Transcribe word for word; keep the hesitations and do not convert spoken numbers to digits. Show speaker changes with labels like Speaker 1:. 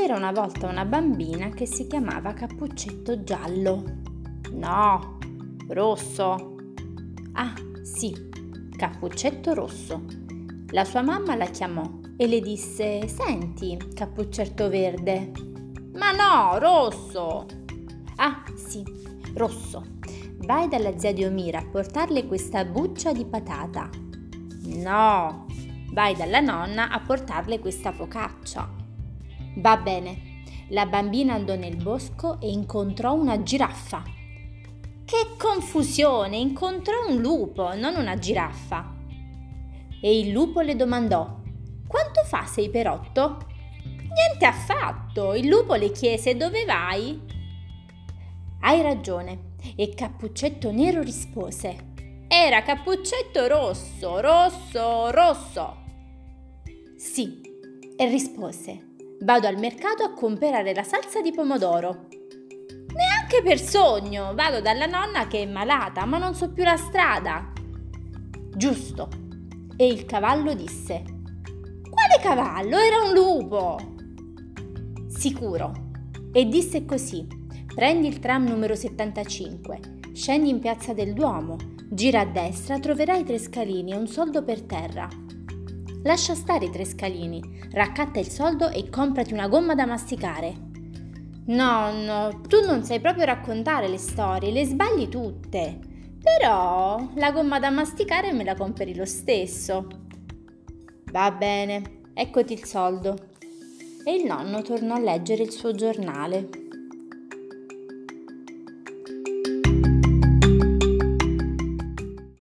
Speaker 1: C'era una volta una bambina che si chiamava Cappuccetto Giallo. No, rosso. Ah, sì, Cappuccetto Rosso. La sua mamma la chiamò e le disse: «Senti, Cappuccetto Verde». «Ma no, rosso!» «Ah, sì, rosso. Vai dalla zia Diomira a portarle questa buccia di patata». «No, vai dalla nonna a portarle questa focaccia». Va bene. La bambina andò nel bosco e incontrò una giraffa. Che confusione! Incontrò un lupo, non una giraffa. E il lupo le domandò: «Quanto fa sei per otto?» «Niente affatto!» Il lupo le chiese: «Dove vai?» «Hai ragione». E Cappuccetto Nero rispose: «Era Cappuccetto Rosso, rosso, rosso». «Sì», e rispose: «Vado al mercato a comprare la salsa di pomodoro». «Neanche per sogno, vado dalla nonna che è malata, ma non so più la strada». «Giusto». E il cavallo disse: «Quale cavallo? Era un lupo». «Sicuro». E disse così: «Prendi il tram numero settantacinque, scendi in piazza del Duomo, gira a destra, troverai tre scalini e un soldo per terra. Lascia stare i tre scalini, raccatta il soldo e comprati una gomma da masticare». «Nonno, tu non sai proprio raccontare le storie, le sbagli tutte. Però la gomma da masticare me la compri lo stesso». «Va bene, eccoti il soldo». E il nonno tornò a leggere il suo giornale.